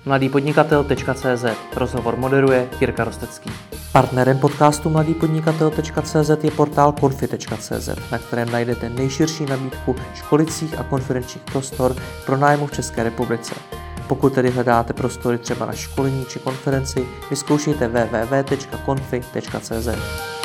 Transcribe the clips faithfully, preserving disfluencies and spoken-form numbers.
mladý podnikatel tečka cé zet. Rozhovor moderuje Jirka Rostecký. Partnerem podcastu mladý podnikatel tečka cé zet je portál konfi tečka cé zet, na kterém najdete nejširší nabídku školicích a konferenčních prostor pro nájmu v České republice. Pokud tedy hledáte prostory třeba na školení či konferenci, vyzkoušejte w w w tečka konfi tečka cé zet.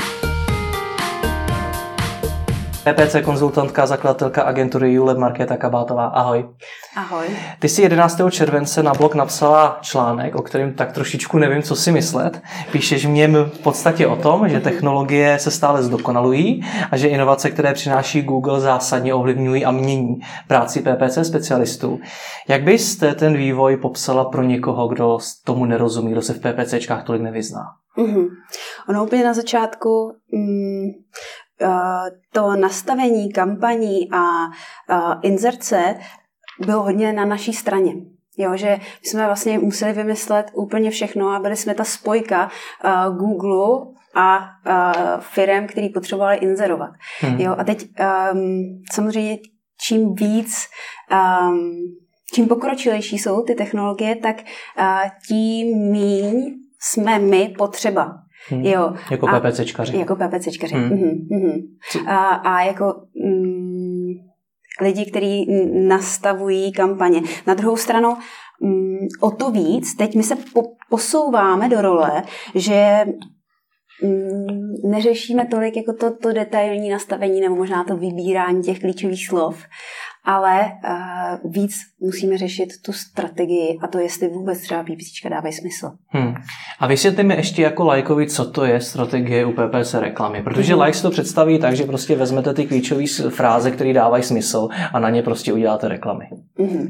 P P C konzultantka, zakladatelka agentury YouLab Markéta Kabátová. Ahoj. Ahoj. Ty jsi jedenáctého července na blog napsala článek, o kterém tak trošičku nevím, co si myslet. Píšeš v něm v podstatě o tom, že technologie se stále zdokonalují a že inovace, které přináší Google, zásadně ovlivňují a mění práci P P C specialistů. Jak byste ten vývoj popsala pro někoho, kdo tomu nerozumí, kdo se v PPCčkách tolik nevyzná? Mm-hmm. Ono úplně na začátku... Mm, to nastavení kampaní a inzerce bylo hodně na naší straně. Jo, že my jsme vlastně museli vymyslet úplně všechno a byli jsme ta spojka Google a firem, který potřebovali inzerovat. Hmm. Jo, a teď um, samozřejmě čím víc, um, čím pokročilejší jsou ty technologie, tak uh, tím míň jsme my potřeba. Hmm. Jo. Jako PPCčkaři. Jako PPCčkaři. Hmm. Mm-hmm. A, a jako mm, lidi, kteří nastavují kampaně. Na druhou stranu mm, o to víc, teď my se po, posouváme do role, že mm, neřešíme tolik jako to, to detailní nastavení nebo možná to vybírání těch klíčových slov, ale uh, víc musíme řešit tu strategii a to, jestli vůbec třeba PPCčka dávají smysl. Hmm. A vysvětli mi ještě jako lajkovi, co to je strategie u P P C reklamy, protože hmm. like si to představí tak, že prostě vezmete ty klíčové fráze, které dávají smysl a na ně prostě uděláte reklamy. Hmm.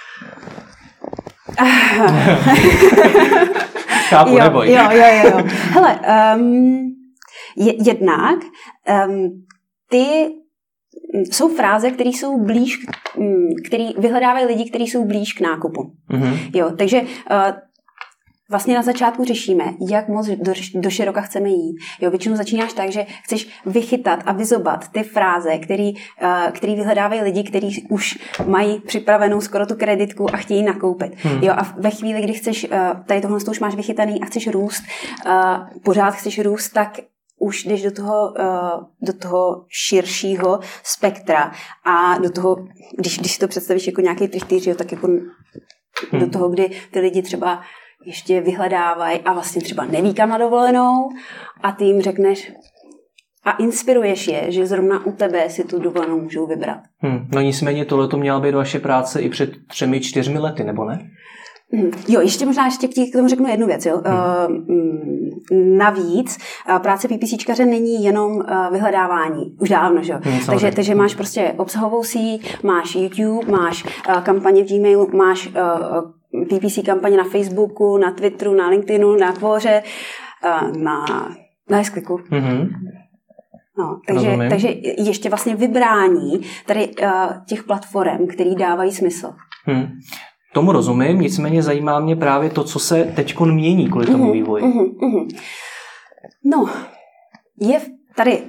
Chápu, jo, neboj. Jo, jo, jo. Hele, um, jednak um, ty jsou fráze, které jsou blíž, které vyhledávají lidi, kteří jsou blíž k nákupu. Mm-hmm. Jo, takže uh, vlastně na začátku řešíme, jak moc do, do široka chceme jít. Jo, většinou začínáš tak, že chceš vychytat a vyzobat ty fráze, který, uh, který vyhledávají lidi, kteří už mají připravenou skoro tu kreditku a chtějí nakoupit. Hmm. Jo, a ve chvíli, kdy chceš, uh, tady tohle už máš vychytaný a chceš růst, uh, pořád chceš růst, tak už jdeš do toho, do toho širšího spektra a do toho, když, když si to představíš jako nějaký trichtýř, tak jako hmm. do toho, kdy ty lidi třeba ještě vyhledávají a vlastně třeba neví kam na dovolenou a ty jim řekneš a inspiruješ je, že zrovna u tebe si tu dovolenou můžou vybrat. Hmm. No nicméně tohle to měla být vaše práce i před třemi, čtyřmi lety, nebo ne? Jo, ještě možná ještě k tomu řeknu jednu věc. Jo. Hmm. Navíc práce PPCčkaře není jenom vyhledávání. Už dávno, že jo. Hmm, takže, takže máš prostě obsahovou síť, máš YouTube, máš kampaně v Gmailu, máš P P C kampaně na Facebooku, na Twitteru, na LinkedInu, na Quoře, na, na S-Clicku. Hmm. No, takže, takže ještě vlastně vybrání tady těch platform, které dávají smysl. Hmm. Tomu rozumím, nicméně zajímá mě právě to, co se teďkon mění kvůli tomu uh-huh, vývoji. Uh-huh, uh-huh. No, je tady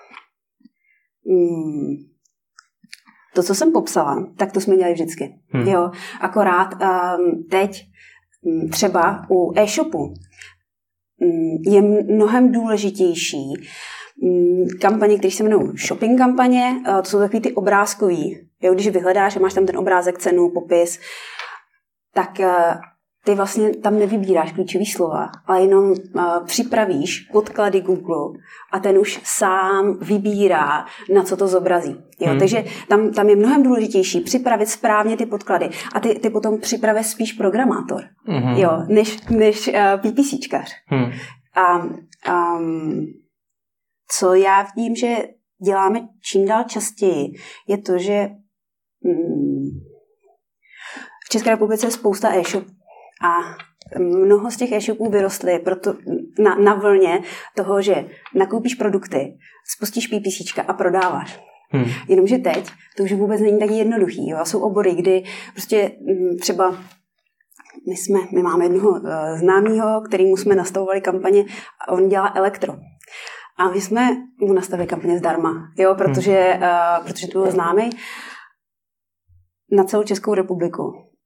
mm, to, co jsem popsala, tak to jsme dělali vždycky. Hmm. Jo, akorát um, teď um, třeba u e-shopu um, je mnohem důležitější um, kampaně, které se jmenují shopping kampaně, uh, to jsou takový ty obrázkový. Jo, když vyhledáš a máš tam ten obrázek, cenu, popis, tak ty vlastně tam nevybíráš klíčový slova, ale jenom uh, připravíš podklady Google a ten už sám vybírá, na co to zobrazí. Jo? Hmm. Takže tam, tam je mnohem důležitější připravit správně ty podklady a ty, ty potom připravuje spíš programátor, hmm. jo, než, než uh, PPCčkař. Hmm. A um, co já vidím, že děláme čím dál častěji, je to, že um, v České republice je spousta e-shopů a mnoho z těch e-shopů vyrostly proto na, na vlně toho, že nakoupíš produkty, spustíš PPCčka a prodáváš. Hmm. Jenomže teď to už vůbec není tak jednoduchý. Jo? A jsou obory, kdy prostě třeba my, jsme, my máme jednoho uh, známého, kterýmu jsme nastavovali kampaně a on dělá elektro. A my jsme mu nastavili kampaně zdarma, jo? Protože, hmm. uh, protože to bylo známý na celou Českou republiku.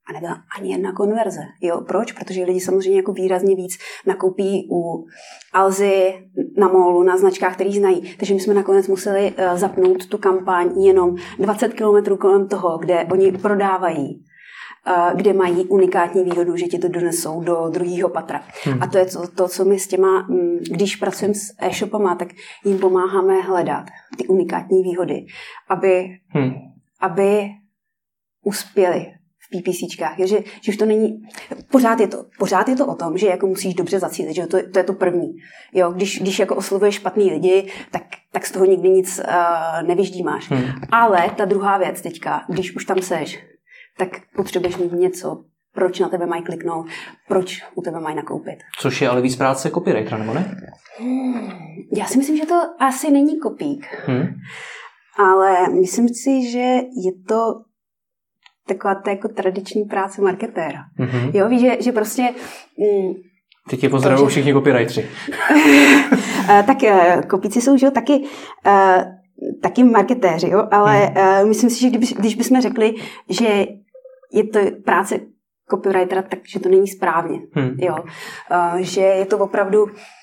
a nebyla ani jedna konverze. Jo, proč? Protože lidi samozřejmě jako výrazně víc nakoupí u Alzy, na Molu, na značkách, který znají. Takže my jsme nakonec museli uh, zapnout tu kampaň jenom dvacet kilometrů kolem toho, kde oni prodávají, uh, kde mají unikátní výhodu, že ti to donesou do druhého patra. Hmm. A to je to, to, co my s těma, když pracujeme s e-shopama, tak jim pomáháme hledat ty unikátní výhody, aby, hmm. aby uspěli v PPCčkách, že, že už to není, pořád je to, pořád je to o tom, že jako musíš dobře zacílit, že to, to je to první. Jo, když, když jako oslovuješ špatný lidi, tak, tak z toho nikdy nic uh, nevyždímáš. Hmm. Ale ta druhá věc teďka, když už tam seš, tak potřebuješ mít něco, proč na tebe mají kliknout, proč u tebe mají nakoupit. Což je ale víc práce copywritera, nebo ne? Hmm, já si myslím, že to asi není kopík. Hmm. Ale myslím si, že je to taková ta jako tradiční práce marketéra. Mm-hmm. Jo, víš, že, že prostě... Mm, teď tě pozdravují že... všichni copywriteri. Tak kopíci jsou, že jo, taky, uh, taky marketéři, jo, ale mm. uh, myslím si, že kdyby, když bychom řekli, že je to práce copywritera, takže to není správně. Mm. Jo. Uh, že je to opravdu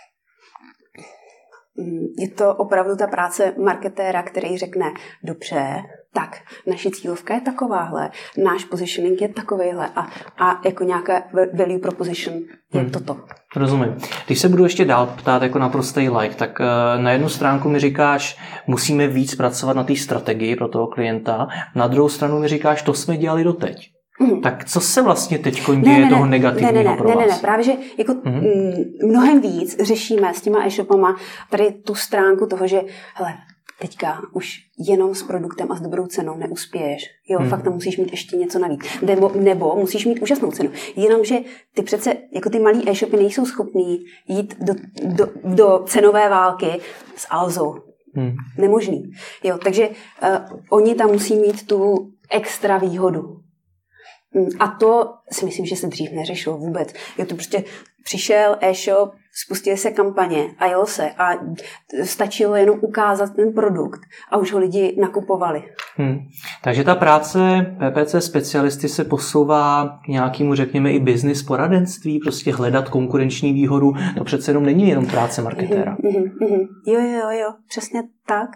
je to opravdu ta práce marketéra, který řekne, dobře, tak, naše cílovka je takováhle, náš positioning je takovejhle a, a jako nějaká value proposition je hmm. toto. Rozumím. Když se budu ještě dál ptát jako na prostý like, tak uh, na jednu stránku mi říkáš, musíme víc pracovat na té strategii pro toho klienta, na druhou stranu mi říkáš, to jsme dělali doteď. Mm. Tak co se vlastně teď děje ne, ne, toho negativního ne, ne, pro vás? Ne, ne, ne, právě, že jako mm-hmm. mnohem víc řešíme s těma e-shopama tady tu stránku toho, že hele, teďka už jenom s produktem a s dobrou cenou neuspěješ. Jo, mm. fakt tam musíš mít ještě něco navíc. Nebo, nebo musíš mít úžasnou cenu. Jenomže ty přece, jako ty malý e-shopy nejsou schopný jít do, do, do cenové války s Alzou. Mm. Nemožný. Jo, takže uh, oni tam musí mít tu extra výhodu. A to si myslím, že se dřív neřešilo vůbec. Jo, to prostě přišel e-shop, spustili se kampaně a jelo se a stačilo jenom ukázat ten produkt a už ho lidi nakupovali. Hmm. Takže ta práce P P C specialisty se posouvá k nějakému, řekněme, i business poradenství, prostě hledat konkurenční výhodu. To přece jenom není jenom práce marketéra. Mm-hmm, mm-hmm. Jo, jo, jo, přesně tak.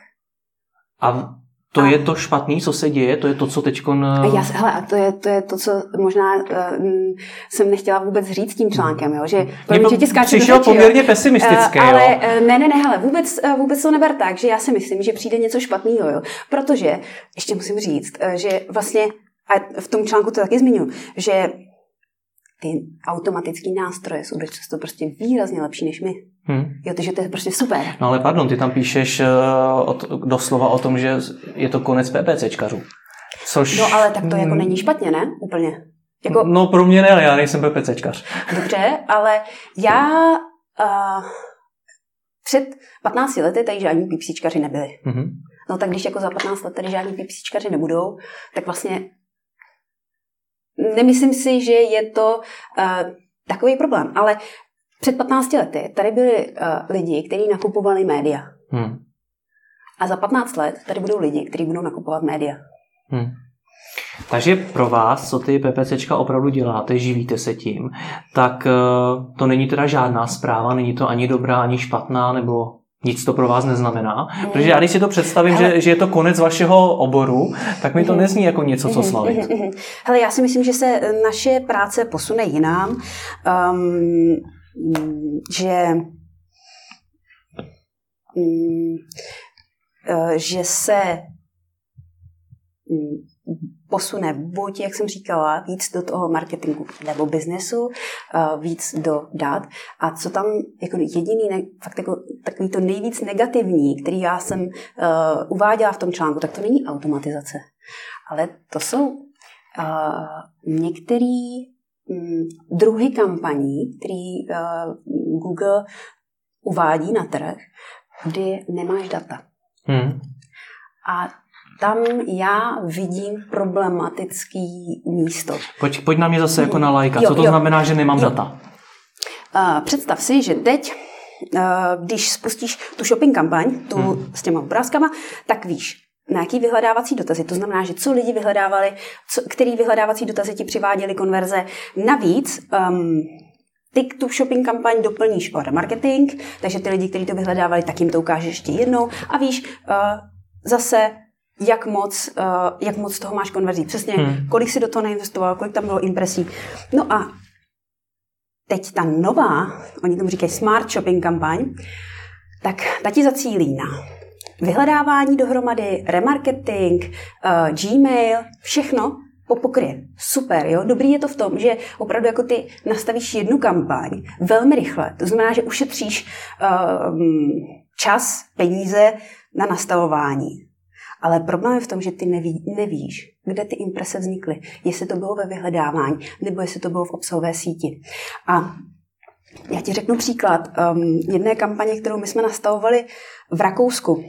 A to a... je to špatný, co se děje, to je to, co teďkon... Já, hele, a to je, to je to, co možná uh, jsem nechtěla vůbec říct tím článkem, jo, že... Mě že ti přišel poměrně pesimistické, uh, ale, jo. Uh, ne, ne, ne, hele, vůbec, uh, vůbec to neber tak, že já si myslím, že přijde něco špatného, jo, protože, ještě musím říct, uh, že vlastně, a v tom článku to taky zmiňuji, že ty automatický nástroje jsou často prostě výrazně lepší než my. Hmm. Jo, takže to je prostě super. No ale pardon, ty tam píšeš uh, od, doslova o tom, že je to konec PPCčkařů. Což... No ale tak to jako není špatně, ne? Úplně. Jako... No pro mě ne, ale já nejsem PPCčkař. Dobře, ale já uh, před patnácti lety tady žádní PPCčkaři nebyli. Mm-hmm. No tak když jako za patnáct let tady žádní PPCčkaři nebudou, tak vlastně nemyslím si, že je to uh, takový problém, ale před patnácti lety tady byli uh, lidi, kteří nakupovali média. Hmm. A za patnáct let tady budou lidi, kteří budou nakupovat média. Hmm. Takže pro vás, co ty PPCčka opravdu děláte, živíte se tím, tak uh, to není teda žádná zpráva, není to ani dobrá, ani špatná, nebo nic to pro vás neznamená. Hmm. Protože já když si to představím, Hele. že, že je to konec vašeho oboru, tak mi to hmm. nezní jako něco, co slavit. Hmm. Hele, já si myslím, že se naše práce posune jinam. Um, že že se posune buď, jak jsem říkala, víc do toho marketingu nebo biznesu, víc do dat. A co tam jako jediný, fakt jako takový to nejvíc negativní, který já jsem uh, uváděla v tom článku, tak to není automatizace. Ale to jsou uh, některý druhy kampaní, který uh, Google uvádí na trh, kdy nemáš data. Hmm. A tam já vidím problematický místo. Pojď, pojď na mě zase jako na lajka. Co to jo. znamená, že nemám jo. data? Uh, představ si, že teď, uh, když spustíš tu shopping kampaň, tu hmm. s těma obrázkama, tak víš, na jaký vyhledávací dotazy. To znamená, že co lidi vyhledávali, co, který vyhledávací dotazy ti přiváděly konverze. Navíc um, ty tu shopping kampaň doplníš o remarketing, takže ty lidi, kteří to vyhledávali, tak jim to ukážeš ještě jednou a víš uh, zase, jak moc, uh, jak moc toho máš konverzí. Přesně, hmm. kolik si do toho nainvestoval, kolik tam bylo impresí. No a teď ta nová, oni tomu říkají smart shopping kampaň, tak ta ti zacílí na vyhledávání dohromady, remarketing, uh, Gmail, všechno popokryje. Super, jo? Dobrý je to v tom, že opravdu jako ty nastavíš jednu kampaň velmi rychle. To znamená, že ušetříš uh, čas, peníze na nastavování. Ale problém je v tom, že ty neví, nevíš, kde ty imprese vznikly. Jestli to bylo ve vyhledávání, nebo jestli to bylo v obsahové síti. A já ti řeknu příklad um, jedné kampaně, kterou my jsme nastavovali v Rakousku,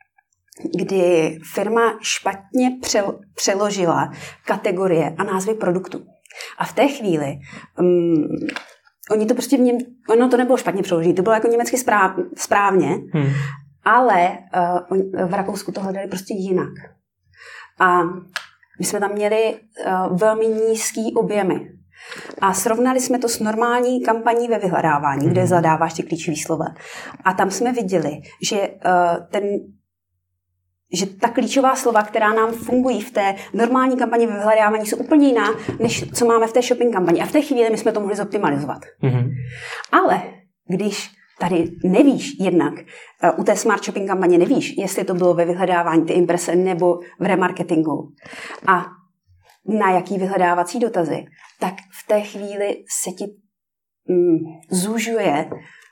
kdy firma špatně přel, přeložila kategorie a názvy produktů. A v té chvíli um, oni to prostě v něm, ono to nebylo špatně přeložené, to bylo jako německy správ, správně, hmm. ale uh, v Rakousku to hledali prostě jinak. A my jsme tam měli uh, velmi nízký objemy. A srovnali jsme to s normální kampaní ve vyhledávání, kde zadáváš ty klíčové slova. A tam jsme viděli, že uh, ten že ta klíčová slova, která nám fungují v té normální kampani ve vyhledávání, jsou úplně jiná, než co máme v té shopping kampani. A v té chvíli my jsme to mohli zoptimalizovat. Mm-hmm. Ale když tady nevíš jednak, uh, u té smart shopping kampaně nevíš, jestli to bylo ve vyhledávání ty imprese nebo v remarketingu a na jaký vyhledávací dotazy, tak v té chvíli se ti mm, zužuje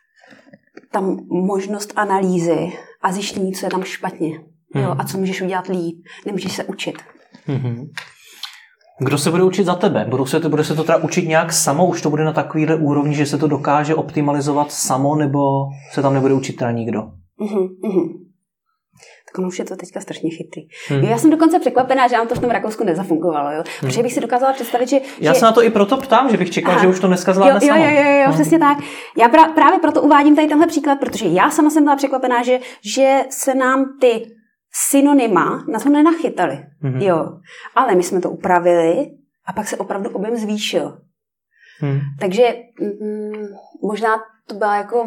tam možnost analýzy a zjištění, co je tam špatně. Hmm. Jo, a co můžeš udělat líp, nemůžeš se učit. Hmm. Kdo se bude učit za tebe? Budou se to, bude se to teda učit nějak samo? Už to bude na takovýhle úrovni, že se to dokáže optimalizovat samo, nebo se tam nebude učit teda nikdo? Hmm. Hmm. Tak ono už je to teďka strašně chytrý. Hmm. Jo, já jsem dokonce překvapená, že nám to v tom Rakousku nezafungovalo. Jo? Hmm. Protože bych si dokázala představit, že... Já že... se na to i proto ptám, že bych čekal, Aha. že už to dneska zvládne jo, samo. Jo, jo, jo, jo, přesně tak. Já pra, právě proto uvádím tady tenhle příklad, protože já sama jsem byla překvapená, že, že se nám ty synonyma na to nenachytali. Mm-hmm. Jo. Ale my jsme to upravili a pak se opravdu objem zvýšil. Mm. Takže mm, možná to byla jako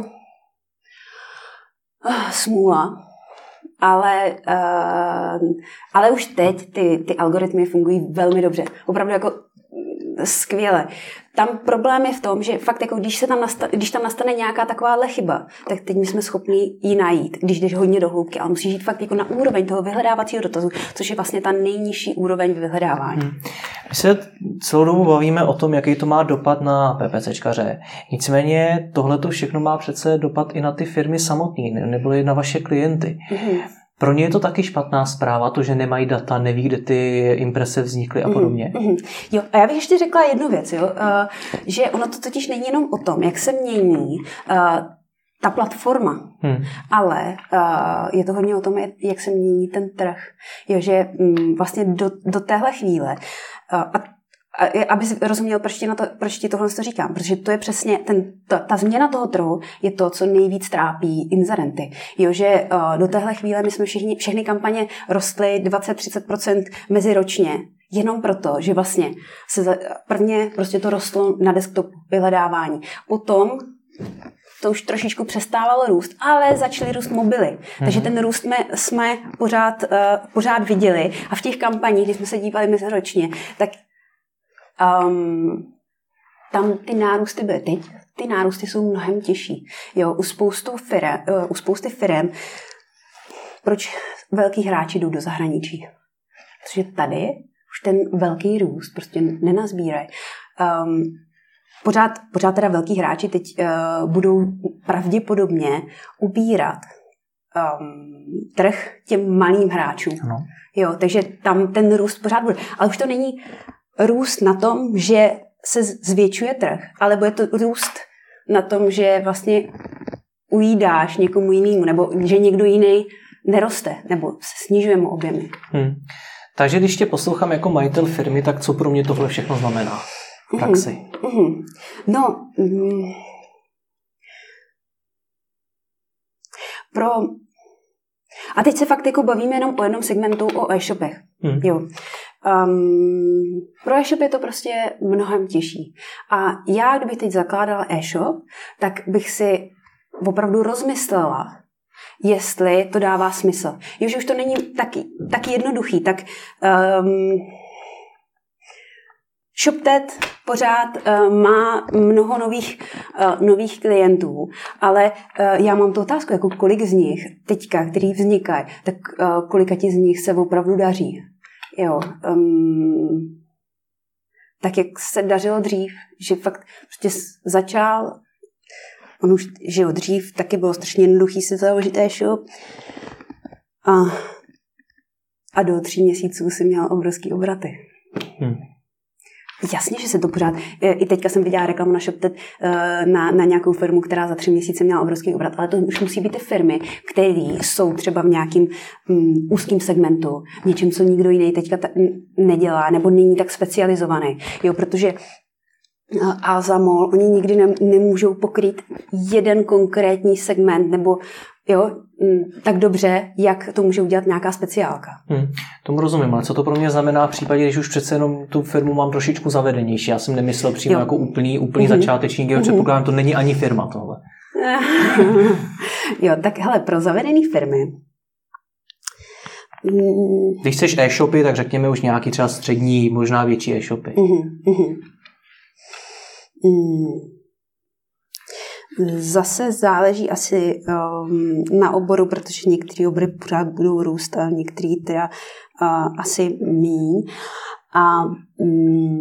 uh, smůla, ale, uh, ale už teď ty, ty algoritmy fungují velmi dobře. Opravdu jako skvěle. Tam problém je v tom, že fakt jako když, se tam nastane, když tam nastane nějaká takováhle chyba, tak teď my jsme schopni ji najít, když jdeš hodně do hloubky, ale musíš jít fakt jako na úroveň toho vyhledávacího dotazu, což je vlastně ta nejnižší úroveň vyhledávání. Hmm. My se celou dobu bavíme o tom, jaký to má dopad na PPCčkaře. Nicméně tohle to všechno má přece dopad i na ty firmy samotné, nebo i na vaše klienty. Hmm. Pro ně je to taky špatná zpráva, to, že nemají data, neví, kde ty imprese vznikly a podobně. Mm-hmm. Jo, a já bych ještě řekla jednu věc, jo, uh, že ono to totiž není jenom o tom, jak se mění uh, ta platforma, hmm. ale uh, je to hodně o tom, jak se mění ten trh. Jo, že um, vlastně do, do téhle chvíle uh, a aby jsi rozuměl, proč ti, na to, proč ti tohle to říkám. Protože to je přesně, ten, ta, ta změna toho trhu je to, co nejvíc trápí inzerenty. Jo, že uh, do téhle chvíle my jsme všichni, všechny kampaně rostly dvacet až třicet procent meziročně. Jenom proto, že vlastně se za, prvně prostě to rostlo na desktop vyhledávání. Potom to už trošičku přestávalo růst, ale začaly růst mobily. Mm-hmm. Takže ten růst jsme, jsme pořád, uh, pořád viděli. A v těch kampaních, kdy jsme se dívali meziročně, tak Um, tam ty nárůsty byly. Teď ty nárůsty jsou mnohem těžší. Jo, u, spoustu firem, uh, u spousty firem, proč velký hráči jdou do zahraničí? Protože tady už ten velký růst prostě nenazbírají. Um, pořád, pořád teda velký hráči teď uh, budou pravděpodobně ubírat um, trh těm malým hráčům. No. Jo, takže tam ten růst pořád bude. Ale už to není růst na tom, že se zvětšuje trh, ale bude to růst na tom, že vlastně ujídáš někomu jinému, nebo že někdo jiný neroste, nebo snižuje mu objemy. Hmm. Takže když tě poslouchám jako majitel firmy, tak co pro mě tohle všechno znamená v praxi? Mm-hmm. No, mm, A teď se fakt jako bavíme jenom o jednom segmentu, o e-shopech. Hmm. Jo. Um, pro e-shop je to prostě mnohem těžší. A já, kdybych teď zakládala e-shop, tak bych si opravdu rozmyslela, jestli to dává smysl. Jo, že už to není tak, tak jednoduchý, tak um, ShopTet pořád uh, má mnoho nových, uh, nových klientů, ale uh, já mám tu otázku, jako kolik z nich teďka, který vznikají, tak uh, kolika ti z nich se opravdu daří. Jo, um, tak jak se dařilo dřív, že fakt prostě začal, on už, že jo, dřív taky bylo strašně jednoduchý si založit e-shop a, a do tří měsíců si měl obrovský obraty. Hmm. Jasně, že se to pořád... I teďka jsem viděla reklamu na ShopTet na, na nějakou firmu, která za tři měsíce měla obrovský obrat, ale to už musí být ty firmy, které jsou třeba v nějakým um, úzkým segmentu, něčím, co nikdo jiný teďka ta, nedělá, nebo není tak specializovaný. Jo, protože Alza Mall, oni nikdy ne, nemůžou pokrýt jeden konkrétní segment, nebo jo, tak dobře, jak to může udělat nějaká speciálka. Hmm, tomu rozumím, ale co to pro mě znamená v případě, když už přece jenom tu firmu mám trošičku zavedenější. Já jsem nemyslel přímo jo. jako úplný, úplný mm-hmm. začátečník, jo, předpokládám, to není ani firma tohle. Jo, tak hele, pro zavedené firmy. Když chceš e-shopy, tak řekněme už nějaký třeba střední, možná větší e-shopy. Mm-hmm. Mm. Zase záleží asi um, na oboru, protože některé obory pořád budou růst a některé teda uh, asi míň. A um,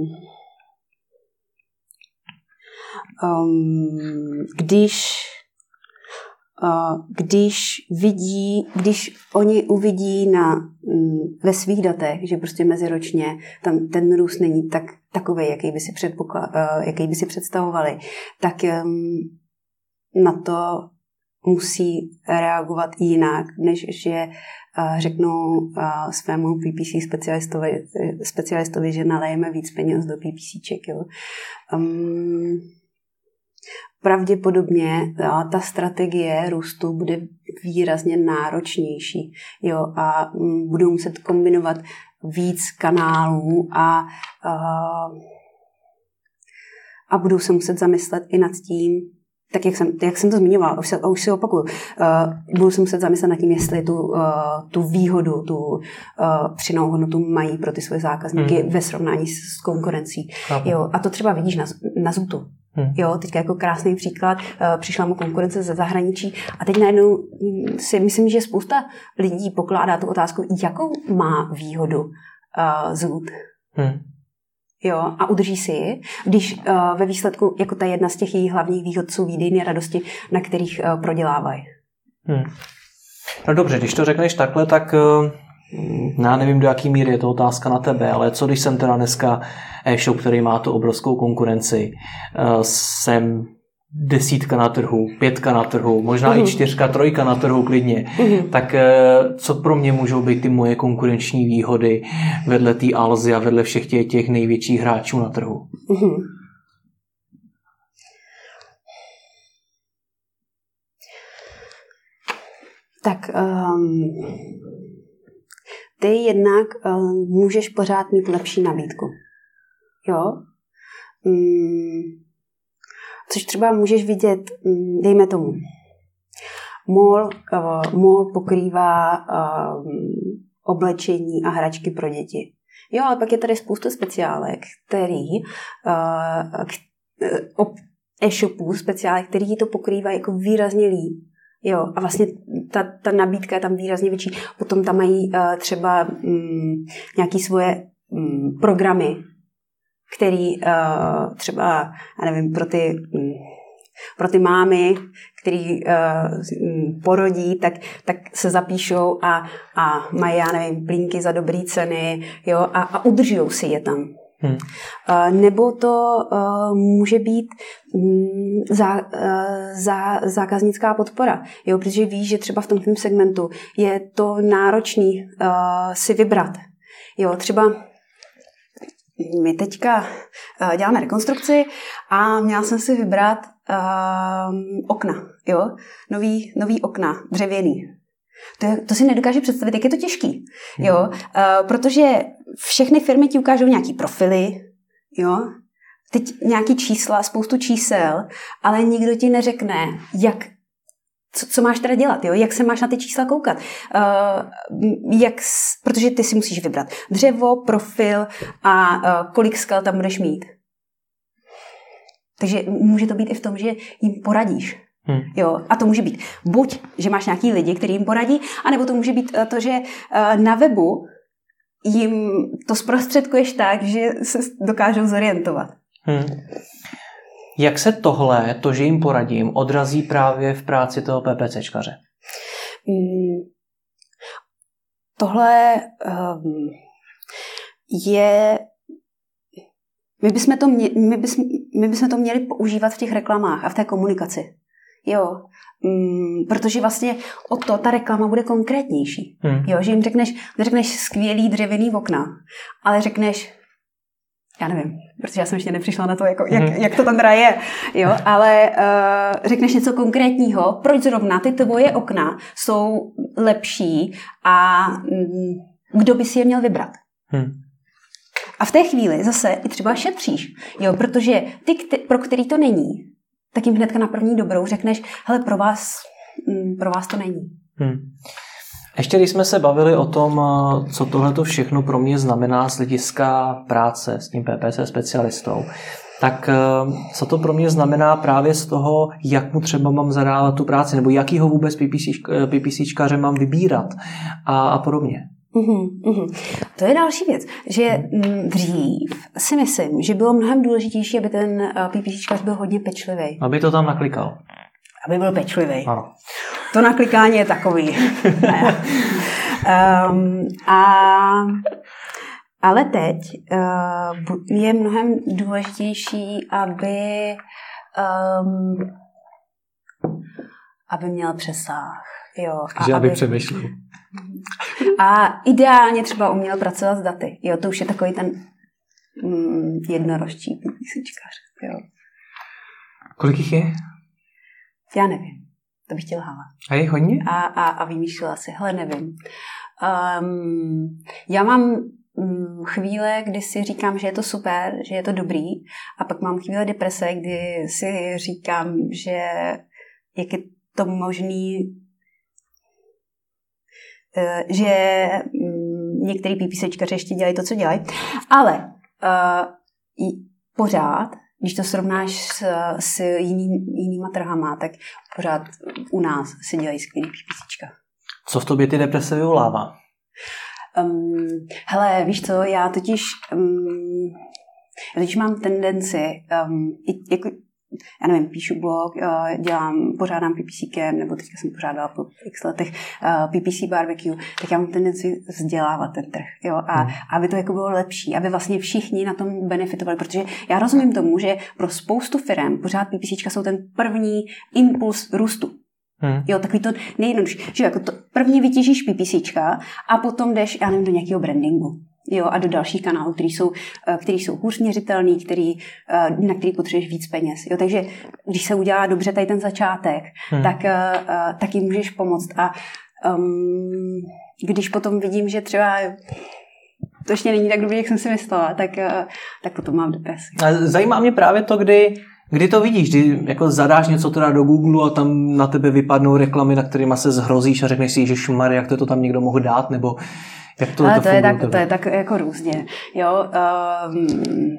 um, když uh, když vidí, když oni uvidí na, um, ve svých datech, že prostě meziročně tam ten růst není tak takový, jaký by si, předpokla- uh, jaký by si představovali, tak um, na to musí reagovat jinak, než že uh, řeknou uh, svému P P C specialistovi, specialistovi, že nalejeme víc peněz do PPCček. Jo. Um, pravděpodobně uh, ta strategie růstu bude výrazně náročnější, jo, a um, budou muset kombinovat víc kanálů a, uh, a budou se muset zamyslet i nad tím, tak jak jsem, jak jsem to zmiňovala, už, se, už si opakuju, uh, budu se muset zamyslet nad tím, jestli tu, uh, tu výhodu, tu uh, přidanou hodnotu mají pro ty svoje zákazníky hmm. ve srovnání s, s konkurencí. Jo, a to třeba vidíš na, na Zootu. Hmm. Jo, teďka jako krásný příklad, uh, přišla mu konkurence ze zahraničí a teď najednou si myslím, že spousta lidí pokládá tu otázku, jakou má výhodu uh, Zoot. Hmm. Jo, a udrží si ji, když uh, ve výsledku jako ta jedna z těch jejich hlavních výhod jsou výdejné radosti, na kterých uh, prodělávají. Hmm. No dobře, když to řekneš takhle, tak uh, já nevím, do jaký míry je to otázka na tebe, ale co když jsem teda dneska e-shop, který má tu obrovskou konkurenci, uh, jsem desítka na trhu, pětka na trhu, možná uhum. i čtyřka, trojka na trhu klidně, uhum. tak co pro mě můžou být ty moje konkurenční výhody vedle té Alzy a vedle všech těch, těch největších hráčů na trhu? Uhum. Tak um, ty jednak um, můžeš pořád mít lepší nabídku. Jo? Um, Což třeba můžeš vidět, dejme tomu, mall, uh, mall pokrývá uh, oblečení a hračky pro děti. Jo, ale pak je tady spoustu speciálek, který uh, k, uh, e-shopů, speciálek, který to pokrývá jako výrazně líp. Jo, a vlastně ta, ta nabídka je tam výrazně větší. Potom tam mají uh, třeba um, nějaké svoje um, programy, který uh, třeba, já nevím, pro ty, um, pro ty mámy, který uh, porodí, tak, tak se zapíšou a, a mají, já nevím, plínky za dobrý ceny, jo, a, a udržujou si je tam. Hmm. Uh, nebo to uh, může být um, zá, uh, zá, zákaznická podpora, jo, protože víš, že třeba v tom segmentu je to náročný uh, si vybrat. Jo, třeba my teďka uh, děláme rekonstrukci a měla jsem si vybrat uh, okna, jo, nový, nový okna, dřevěný. To, je, to si nedokáže představit, jak je to těžký. Jo? Uh, protože všechny firmy ti ukážou nějaký profily, jo? Teď nějaký čísla, spoustu čísel, ale nikdo ti neřekne, jak, co, co máš teda dělat, jo? Jak se máš na ty čísla koukat. Uh, jak, protože ty si musíš vybrat dřevo, profil a uh, kolik skal tam budeš mít. Takže může to být i v tom, že jim poradíš. Hmm. Jo, a to může být buď, že máš nějaký lidi, který jim poradí, anebo to může být to, že na webu jim to zprostředkuješ tak, že se dokážou zorientovat. Hmm. Jak se tohle, to, že jim poradím, odrazí právě v práci toho PPCčkaře? Hmm. Tohle um, je... My bychom, to mě, my, bychom, my bychom to měli používat v těch reklamách a v té komunikaci. Jo, mm, protože vlastně o to ta reklama bude konkrétnější. Hmm. Jo, že jim řekneš, neřekneš skvělý dřevěný okna, ale řekneš, já nevím, protože já jsem ještě nepřišla na to, jako, jak, hmm. jak to tam teda je, jo, ale uh, řekneš něco konkrétního, proč zrovna ty tvoje okna jsou lepší a mm, kdo by si je měl vybrat. Hmm. A v té chvíli zase i třeba šetříš, jo, protože ty, pro který to není, tak jim hnedka na první dobrou řekneš, hele, pro vás, pro vás to není. Hmm. Ještě když jsme se bavili o tom, co tohleto všechno pro mě znamená z hlediska práce s tím P P C specialistou, tak co to pro mě znamená právě z toho, jak mu třeba mám zadávat tu práci, nebo jakýho vůbec PPCčkaře mám vybírat a, a podobně. Uhum, uhum. To je další věc, že dřív si myslím, že bylo mnohem důležitější, aby ten PPCčkař byl hodně pečlivý. Aby to tam naklikal. Aby byl pečlivý. Ano. To naklikání je takový. um, a, ale teď uh, je mnohem důležitější, aby um, aby měl přesah. Jo, a že aby, aby přemýšlel. A ideálně třeba uměl pracovat s daty. Jo, to už je takový ten mm, jednorožčí PPCčkař. Jo. Kolik jich je? Já nevím. To bych ti lhala. A je hodně? A, a, a vymýšlela si. Hele, nevím. Um, já mám um, chvíle, kdy si říkám, že je to super, že je to dobrý. A pak mám chvíle deprese, kdy si říkám, že jak je to možný, že některý PPCčkaři ještě dělají to, co dělají. Ale uh, pořád, když to srovnáš s, s jiný, jinýma trhama, tak pořád u nás se dělají skvělý PPCčka. Co v tobě ty deprese vyvolává? Um, hele, víš co, já totiž, um, já totiž mám tendenci, um, jako já nevím, píšu blog, dělám, pořádám PPCkem, nebo teďka jsem pořádala po x letech P P C barbecue, tak já mám tendenci vzdělávat ten trh, jo, a hmm. aby to jako bylo lepší, aby vlastně všichni na tom benefitovali, protože já rozumím tomu, že pro spoustu firem pořád PPCčka jsou ten první impuls růstu. Hmm. Jo, takový to nejjednodušší, že jako to první vytěžíš PPCčka a potom jdeš, já nevím, do nějakého brandingu. Jo, a do dalších kanálů, který jsou, který jsou hůř měřitelný, který, na který potřebuješ víc peněz. Jo, takže když se udělá dobře tady ten začátek, hmm. tak, tak jim můžeš pomoct. A um, když potom vidím, že třeba to ještě není tak dobrý, jak jsem si myslela, tak, tak potom mám depresi. Zajímá mě právě to, kdy Kdy to vidíš, kdy jako zadáš něco teda do Google a tam na tebe vypadnou reklamy, na kterýma se zhrozíš a řekneš si, ježišmarja, jak to, to tam někdo mohl dát, nebo jak to, ale to, to, je tak, to je tak jako různě. Jo, um,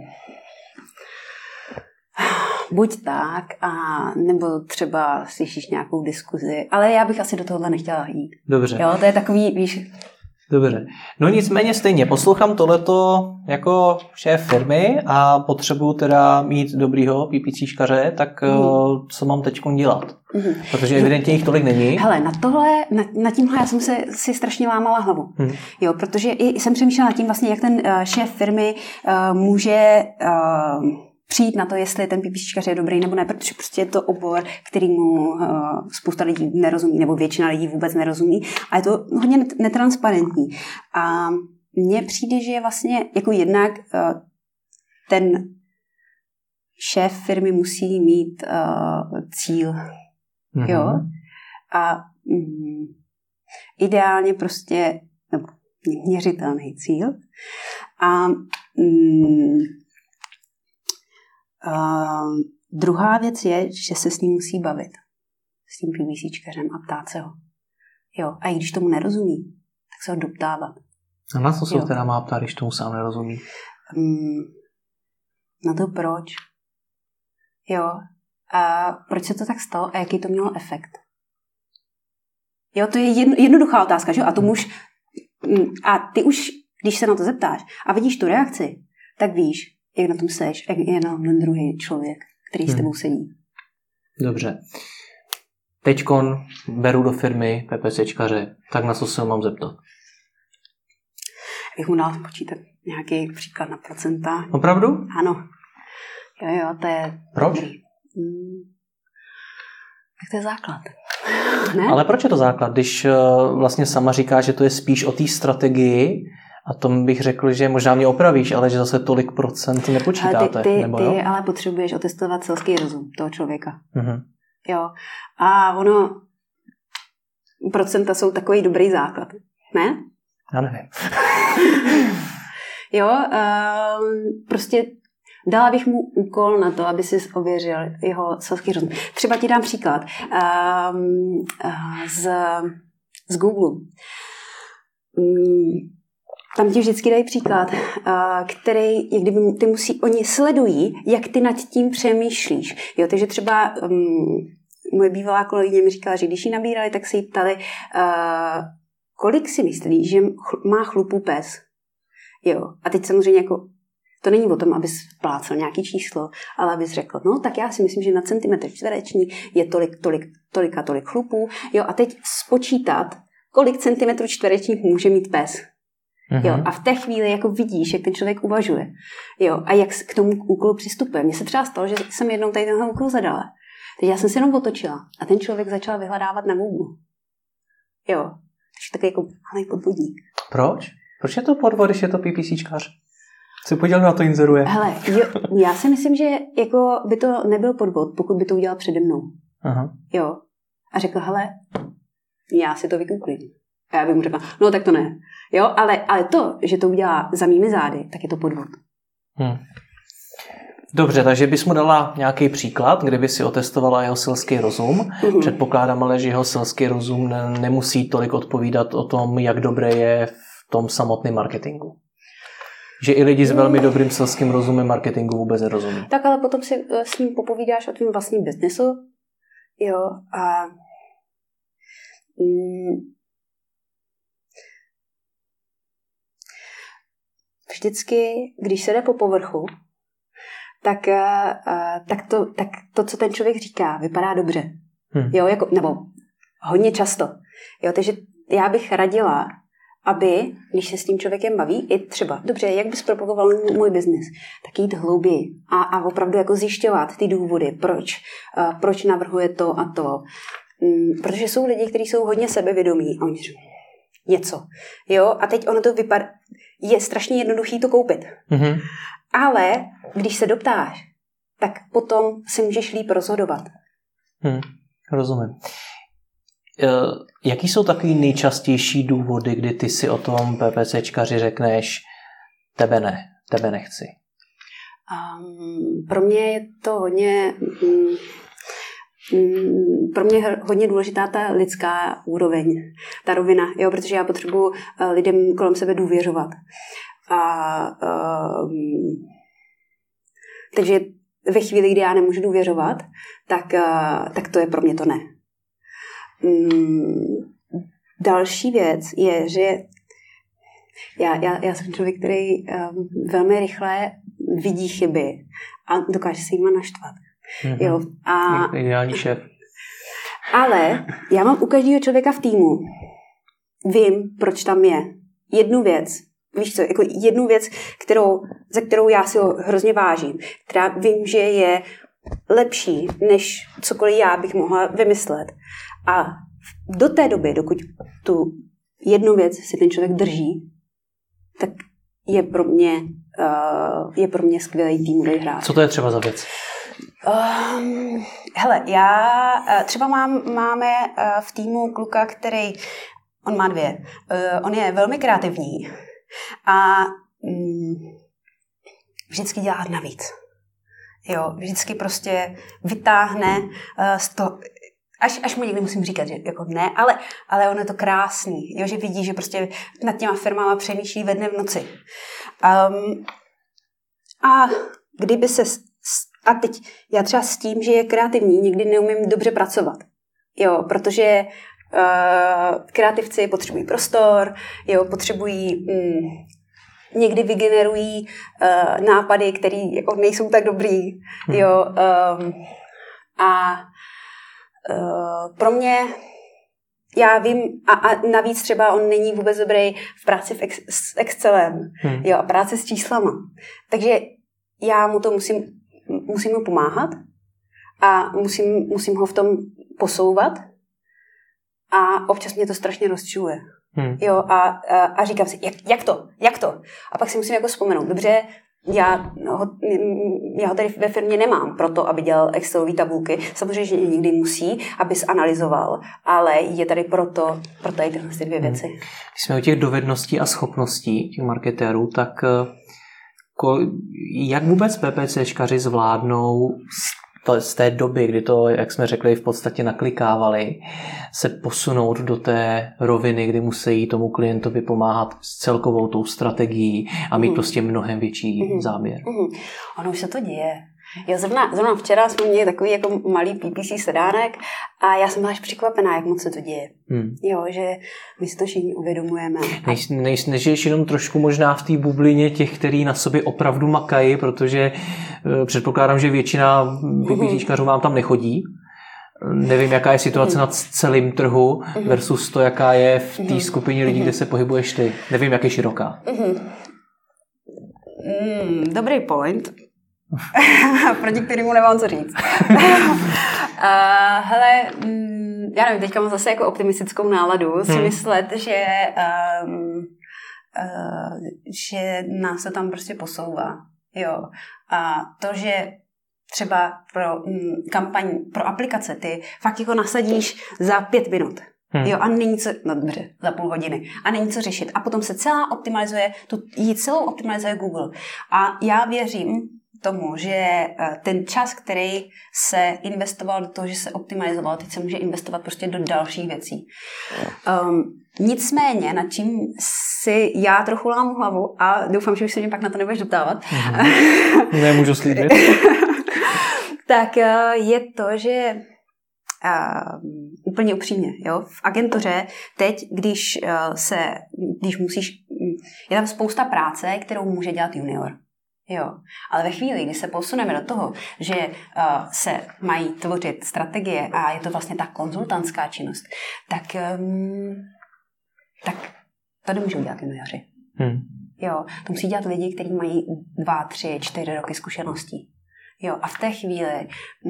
buď tak, a nebo třeba slyšíš nějakou diskuzi, ale já bych asi do tohohle nechtěla jít. Dobře. Jo, to je takový, víš... Dobře. No nicméně stejně, poslouchám tohleto jako šéf firmy a potřebuju teda mít dobrýho PPCčkaře, tak mm. co mám teď dělat? Mm. Protože evidentně jich tolik není. Hele, na tohle, na, na tímhle já jsem se, si strašně lámala hlavu. Mm. Jo, protože i jsem přemýšlela nad tím vlastně, jak ten uh, šéf firmy uh, může... Uh, přijít na to, jestli ten PPCčkař je dobrý nebo ne, protože prostě je to obor, kterýmu uh, spousta lidí nerozumí, nebo většina lidí vůbec nerozumí a je to hodně netransparentní. A mně přijde, že je vlastně jako jednak uh, ten šéf firmy musí mít uh, cíl. Mm-hmm. Jo? A mm, Ideálně prostě nebo měřitelný cíl. A mm, uh, druhá věc je, že se s ním musí bavit. S tím PPCčkařem a ptát se ho. Jo, a i když tomu nerozumí, tak se ho doptávat. A na co se teda má ptát, když tomu sám nerozumí? Um, na to proč. Jo, a proč se to tak stalo a jaký to mělo efekt. Jo, to je jedno, jednoduchá otázka, že jo? A to muž, a ty už, když se na to zeptáš a vidíš tu reakci, tak víš, jak na tom seš, jak je na ten druhý člověk, který s tebou sedí. Dobře. Teďkon beru do firmy PPCčkaře, tak na co se ho mám zeptat? Bych mu dal počítat nějaký příklad na procenta. Opravdu? Ano. Jo, jo, to je... Proč? Hmm. Tak to je základ. Ne? Ale proč je to základ, když vlastně sama říká, že to je spíš o té strategii, a tom bych řekl, že možná mě opravíš, ale že zase tolik procent nepočítáte. Ty, ty, nebo ty jo? ale potřebuješ otestovat selský rozum toho člověka. Mhm. Jo. A ono, procenta jsou takový dobrý základ. Ne? Já nevím. Jo, um, prostě dala bych mu úkol na to, aby si ověřil jeho selský rozum. Třeba ti dám příklad um, z, z Google. Um, tam ti vždycky dají příklad, uh, který, jak kdyby ty musí, oni sledují, jak ty nad tím přemýšlíš. Jo, takže třeba um, moje bývalá kolegyně mi říkala, že když ji nabírali, tak se jí ptali, uh, kolik si myslí, že má chlupů pes. Jo, a teď samozřejmě jako to není o tom, abys plácel nějaký číslo, ale abys řekl, no tak já si myslím, že na centimetr čtvereční je tolik, tolik, tolik a tolik chlupů. Jo, a teď spočítat, kolik centimetrů čtverečních může mít pes. Mm-hmm. Jo, a v té chvíli jako vidíš, jak ten člověk uvažuje. Jo, a jak k tomu úkolu přistupuje. Mně se třeba stalo, že jsem jednou tady tenhle úkol zadala. Teď já jsem si jenom otočila a ten člověk začal vyhledávat na Google. Jo, takže takový jako malý podvodník. Proč? Proč je to podvod, když je to PPCčkař? Se podíval na to inzeruje. Hele, jo, já si myslím, že jako by to nebyl podvod, pokud by to udělal přede mnou. Aha. Jo. A řekl, hele, já si to vygooglím. A já bych mu řekla, no tak to ne. Jo, ale, ale to, že to udělá za mými zády, tak je to podvod. Hmm. Dobře, takže bys mu dala nějaký příklad, kde by si otestovala jeho selský rozum. Mm-hmm. Předpokládám ale, že jeho selský rozum ne, nemusí tolik odpovídat o tom, jak dobré je v tom samotném marketingu. Že i lidi s velmi dobrým selským rozumem marketingu vůbec nerozumí. Tak ale potom si s ním popovídáš o tvým vlastním biznesu. Jo, a mm, vždycky, když se jde po povrchu, tak, uh, tak, to, tak to, co ten člověk říká, vypadá dobře. Hmm. Jo, jako, nebo hodně často. Jo, takže já bych radila, aby, když se s tím člověkem baví, i třeba, dobře, jak bys propagoval můj biznis, tak jít hlouběji a, a opravdu jako zjišťovat ty důvody, proč, uh, proč navrhuje to a to. Um, protože jsou lidi, kteří jsou hodně sebevědomí a oni říkají něco. Jo, a teď ono to vypadá, je strašně jednoduchý to koupit. Mm-hmm. Ale když se doptáš, tak potom si můžeš líp rozhodovat. Hmm, rozumím. E, jaký jsou takový nejčastější důvody, kdy ty si o tom PPCčkaři řekneš, tebe ne, tebe nechci? Um, pro mě je to hodně... Um, um, pro mě je hodně důležitá ta lidská úroveň, ta rovina, jo, protože já potřebuji uh, lidem kolem sebe důvěřovat. A um, takže ve chvíli, kdy já nemůžu důvěřovat, tak, uh, tak to je pro mě to ne. Um, další věc je, že já, já, já jsem člověk, který um, velmi rychle vidí chyby a dokáže se jima naštvat. Mm-hmm. Jo, a, ideální šéf. Ale já mám u každého člověka v týmu, vím, proč tam je. Jednu věc, víš co, jako jednu věc, kterou, za kterou já si ho hrozně vážím, která vím, že je lepší, než cokoliv já bych mohla vymyslet. A do té doby, dokud tu jednu věc si ten člověk drží, tak je pro mě, uh, je pro mě skvělý týmový hráč. Co to je třeba za věc? Um, hele, já uh, třeba mám, máme uh, v týmu kluka, který On má dvě. Uh, on je velmi kreativní a um, vždycky dělá navíc. Jo, vždycky prostě vytáhne uh, z toho, až, až mu někdy musím říkat, že jako ne, ale, ale on je to krásný, jo, že vidí, že prostě nad těma firmama přemýšlí ve dne v noci. Um, a kdyby se, a teď já třeba s tím, že je kreativní, nikdy neumím dobře pracovat, jo, protože uh, kreativci potřebují prostor, jo, potřebují... Mm, někdy vygenerují uh, nápady, které jako nejsou tak dobrý. Hmm. Jo, um, a uh, pro mě, já vím, a, a navíc třeba on není vůbec dobrý v práci v ex, s Excelem, hmm. jo, a práci s číslama. Takže já mu to musím, musím mu pomáhat a musím, musím ho v tom posouvat a občas mě to strašně rozčiluje. Hmm. Jo, a, a, a říkám si, jak, jak to, jak to? A pak si musím jako vzpomenout, dobře, já ho, já ho tady ve firmě nemám proto, aby dělal Excelové tabulky. Samozřejmě, že někdy musí, aby analyzoval, ale je tady proto, pro tady tyhle dvě věci. Když jsme u těch dovedností a schopností těch marketérů, tak jak vůbec PPCčkaři zvládnou z té doby, kdy to, jak jsme řekli, v podstatě naklikávali, se posunout do té roviny, kdy musí tomu klientovi pomáhat s celkovou tou strategií a mít mm. prostě mnohem větší mm. záběr. Mm. Ono už se to děje. Já zrovna, zrovna včera jsme měli takový jako malý P P C sedánek a já jsem byla až překvapená, jak moc se to děje. Hmm. Jo, že my si to všichni uvědomujeme. Než, než, nežiješ jenom trošku možná v té bublině těch, kteří na sobě opravdu makají, protože uh, předpokládám, že většina PPCčkařů vám tam nechodí. Nevím, jaká je situace na celém trhu versus to, jaká je v té skupině lidí, kde se pohybuješ ty. Nevím, jak je široká. Mm, dobrý point. Proti kterému nemám co říct. uh, hele, mm, já nevím, teďka mám zase jako optimistickou náladu si hmm. myslet, že, um, uh, že nás se tam prostě posouvá. Jo. A to, že třeba pro mm, kampaň, pro aplikace, ty fakt jako nasadíš za pět minut. Hmm. Jo, a není co, no dobře, za půl hodiny. A není co řešit. A potom se celá optimalizuje, tu, ji celou optimalizuje Google. A já věřím tomu, že ten čas, který se investoval do toho, že se optimalizoval, teď se může investovat prostě do dalších věcí. Um, nicméně, nad čím si já trochu lámu hlavu a doufám, že už se mě pak na to nebudeš doptávat. Mm-hmm. Nemůžu slíbit. Tak je to, že Uh, úplně upřímně, jo. V agentuře teď, když uh, se, když musíš, je tam spousta práce, kterou může dělat junior. Jo, ale ve chvíli, kdy se posuneme do toho, že uh, se mají tvořit strategie a je to vlastně ta konzultantská činnost, tak, um, tak to nemůžou dělat junioři. Hmm. Jo, to musí dělat lidi, kteří mají dva, tři, čtyři roky zkušeností. Jo, a v té chvíli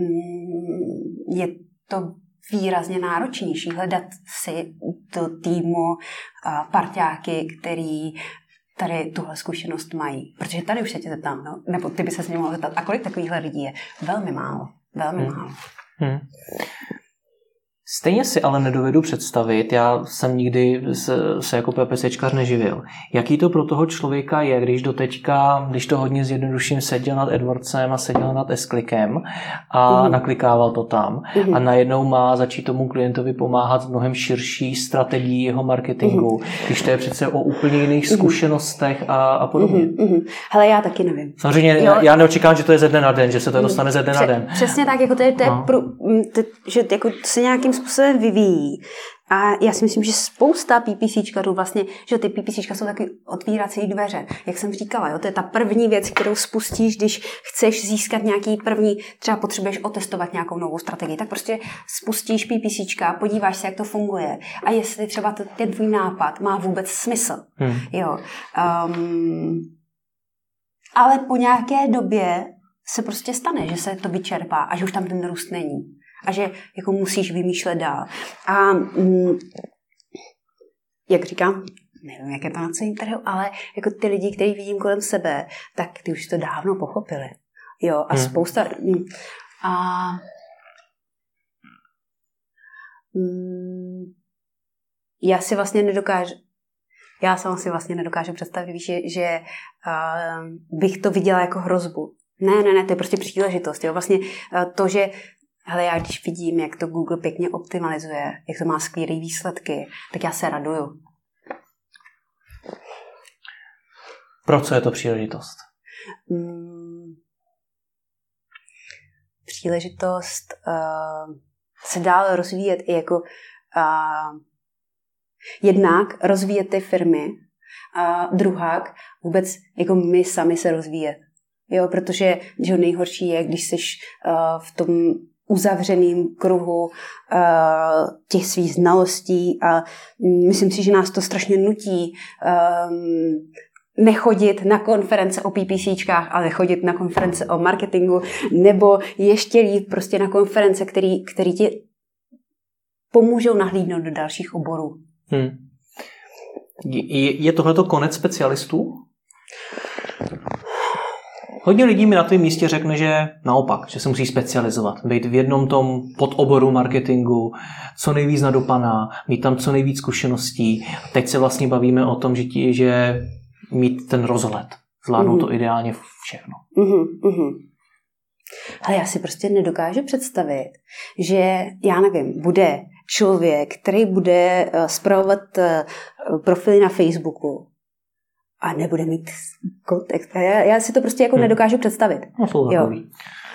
um, je to výrazně náročnější hledat si do týmu uh, parťáky, který tady tuhle zkušenost mají. Protože tady už se tě zeptám, no? Nebo ty by se s ním mohl zeptat. A kolik takovýchhle lidí je? Velmi málo. Velmi hmm. málo. Hmm. Stejně si ale nedovedu představit, já jsem nikdy se, se jako PPCčkař neživil. Jaký to pro toho člověka je, když do teďka, když to hodně zjednoduším, seděl nad AdWordsem a seděl nad S-klikem a mm. naklikával to tam mm. a najednou má začít tomu klientovi pomáhat v mnohem širší strategii jeho marketingu, mm. když to je přece o úplně jiných zkušenostech a, a podobně. Mm. Hele, já taky nevím. Samozřejmě jo. Já neočekávám, že to je ze dne na den, že se to dostane ze dne Pře- na den. Přesně tak, jako to je, to je no. pro, to, že jako se nějakým způsobem vyvíjí. A já si myslím, že spousta PPCčkarů vlastně, že ty PPCčka jsou taky otvírací dveře. Jak jsem říkala, jo, to je ta první věc, kterou spustíš, když chceš získat nějaký první, třeba potřebuješ otestovat nějakou novou strategii, tak prostě spustíš PPCčka, podíváš se, jak to funguje a jestli třeba to, ten tvůj nápad má vůbec smysl. Hmm. Jo. Um, ale po nějaké době se prostě stane, že se to vyčerpá a že už tam ten růst není. A že jako musíš vymýšlet dál. A mm, jak říkám, nevím, jak je to na celém trhu, ale jako ty lidi, který vidím kolem sebe, tak ty už to dávno pochopili. Jo, a hmm. spousta... A... Mm, já si vlastně nedokážu, já sama si vlastně nedokážu představit, že, že uh, bych to viděla jako hrozbu. Ne, ne, ne, to je prostě příležitost. Jo? Vlastně uh, to, že hele, já když vidím, jak to Google pěkně optimalizuje, jak to má skvělé výsledky, tak já se raduju. Pro co je to příležitost? Hmm, příležitost uh, se dál rozvíjet i jako uh, jednak rozvíjet ty firmy a druhák vůbec jako my sami se rozvíjet. Jo, protože že nejhorší je, když jsi uh, v tom uzavřeným kruhu uh, těch svých znalostí a myslím si, že nás to strašně nutí um, nechodit na konference o PPCčkách, ale chodit na konference o marketingu nebo ještě líp prostě na konference, který, který ti pomůžou nahlídnout do dalších oborů. Hmm. Je, je tohleto konec specialistů? Hodně lidí mi na tom místě řekne, že naopak, že se musí specializovat. Být v jednom tom podoboru marketingu, co nejvíc nadupaná, mít tam co nejvíc zkušeností. A teď se vlastně bavíme o tom, že, ti, že mít ten rozhled. Zvládnout mm-hmm. to ideálně všechno. Mm-hmm, mm-hmm. Ale já si prostě nedokážu představit, že, já nevím, bude člověk, který bude uh, spravovat uh, profily na Facebooku a nebude mít kontext. Já, já si to prostě jako hmm. nedokážu představit. No jsou takový.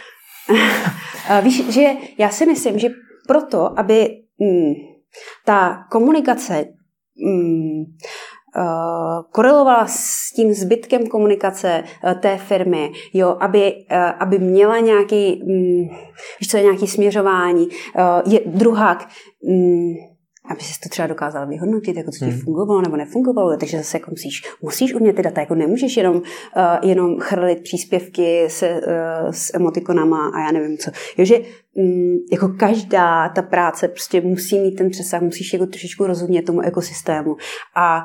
Víš, že já si myslím, že proto, aby mm, ta komunikace mm, Uh, korelovala s tím zbytkem komunikace uh, té firmy, jo, aby, uh, aby měla nějaký, um, víš co je, nějaký směřování. Uh, je druhák, um, aby si to třeba dokázal vyhodnotit, jako co ti hmm. fungovalo nebo nefungovalo, takže zase jako musíš, musíš umět ty data, jako nemůžeš jenom, uh, jenom chrlit příspěvky se, uh, s emotikonama a já nevím co. Jo, že um, jako každá ta práce prostě musí mít ten přesah, musíš jako trošičku rozumět tomu ekosystému a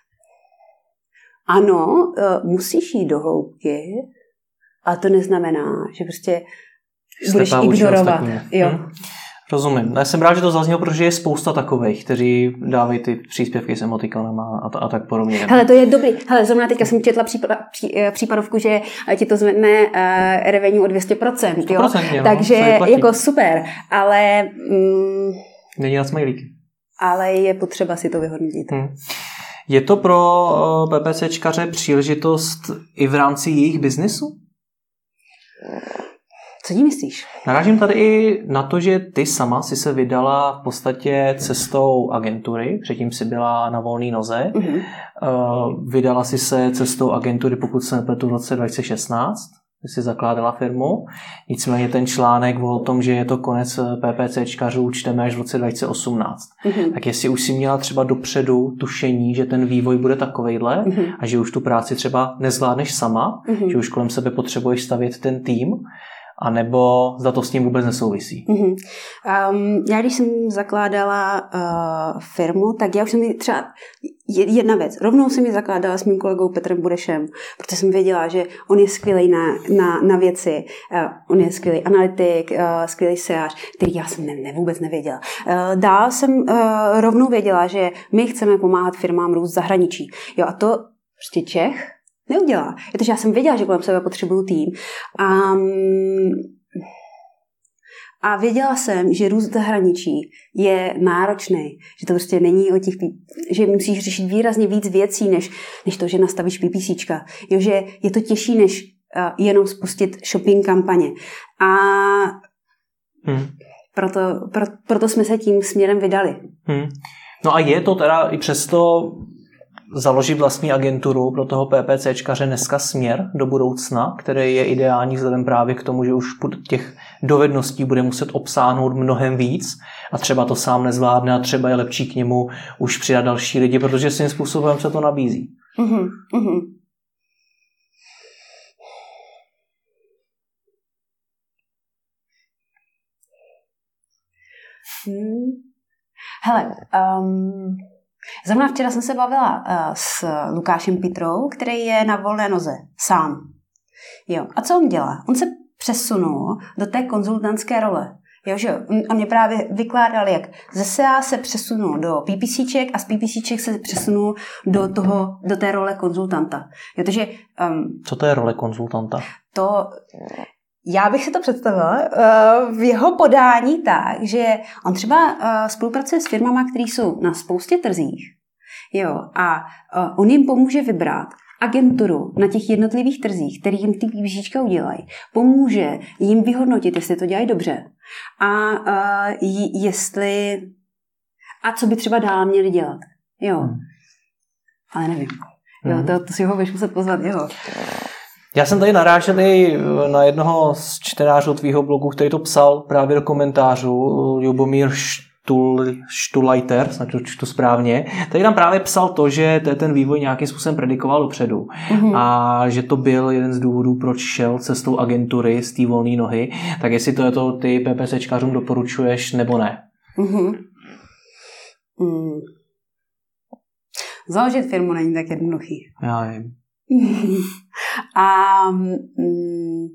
ano, musíš jít do hloubky, ale to neznamená, že prostě budeš ignorovat. Jo. Hmm. Rozumím. Já jsem rád, že to zaznělo, protože je spousta takových, kteří dávají ty příspěvky s emotikonama a, t- a tak podobně. Hele, to je dobrý. Hele, zrovna teďka jsem četla případ, pří, případovku, že ti to zvedne uh, revenue o dvě stě procent. sto procent jo? Takže jako super, ale mm, není na smajlíky. Ale je potřeba si to vyhodnotit. Hmm. Je to pro PPCčkaře příležitost i v rámci jejich biznesu? Co tím myslíš? Narážím tady i na to, že ty sama si se vydala v podstatě cestou agentury, předtím si byla na volné noze. Mm-hmm. Vydala si se cestou agentury, pokud se nepletu, v roce dva tisíce šestnáct. Si zakládala firmu. Nicméně ten článek o tom, že je to konec PPCčkařů, čteme až v roce dva tisíce osmnáct. Mm-hmm. Tak jestli už si měla třeba dopředu tušení, že ten vývoj bude takovejhle mm-hmm. a že už tu práci třeba nezvládneš sama, mm-hmm. že už kolem sebe potřebuješ stavět ten tým, anebo zda to s tím vůbec nesouvisí? Mm-hmm. Um, já když jsem zakládala uh, firmu, tak já už jsem mi třeba jedna věc, rovnou jsem ji zakládala s mým kolegou Petrem Budešem, protože jsem věděla, že on je skvělý na, na, na věci, uh, on je skvělý analytik, uh, skvělý seář, který já jsem ne, ne, vůbec nevěděla. Uh, dál jsem uh, rovnou věděla, že my chceme pomáhat firmám růst v zahraničí. Jo, a to prostě Čech neudělá. Protože já jsem věděla, že kolem sebe potřebuju tým. A, a věděla jsem, že růst v zahraničí je náročný. Že to prostě není o těch, že musíš řešit výrazně víc věcí, než, než to, že nastavíš PPCčka. Jo, že je to těžší, než uh, jenom spustit shopping kampaně. A hmm. proto, pro, proto jsme se tím směrem vydali. Hmm. No a je to teda i přesto založit vlastní agenturu pro toho PPCčkaře dneska směr do budoucna, který je ideální vzhledem právě k tomu, že už těch dovedností bude muset obsáhnout mnohem víc a třeba to sám nezvládne a třeba je lepší k němu už přidat další lidi, protože svým způsobem se to nabízí. Mm-hmm. Mm-hmm. Hmm. Hele, um... Zrovna včera jsem se bavila uh, s Lukášem Pitrou, který je na volné noze, sám. Jo. A co on dělá? On se přesunul do té konzultantské role. Jo, že on mě právě vykládal, jak ze S E A se přesunul do PPCček a z PPCček se přesunul do toho, do té role konzultanta. Jo, takže, um, co to je role konzultanta? To, já bych si to představila uh, v jeho podání tak, že on třeba uh, spolupracuje s firmama, které jsou na spoustě trzích, jo, a uh, on jim pomůže vybrat agenturu na těch jednotlivých trzích, který jim ty PPCčka udělají, pomůže jim vyhodnotit, jestli to dělají dobře a uh, jestli a co by třeba dál měli dělat. Jo. Hmm. Ale nevím. Jo, to, to si ho budeš muset pozvat, jo. Já jsem tady narážel i na jednoho z čtenářů tvýho blogu, který to psal právě do komentářů, Ljubomír Štul, Štulajter, snad to čtu správně, tady tam právě psal to, že ten vývoj nějakým způsobem predikoval dopředu mm-hmm. a že to byl jeden z důvodů, proč šel cestou agentury z té volné nohy. Tak jestli to je to ty PPCčkařům doporučuješ nebo ne? Mm-hmm. Mm. Založit firmu není tak jednoduchý. Já vím. A mm,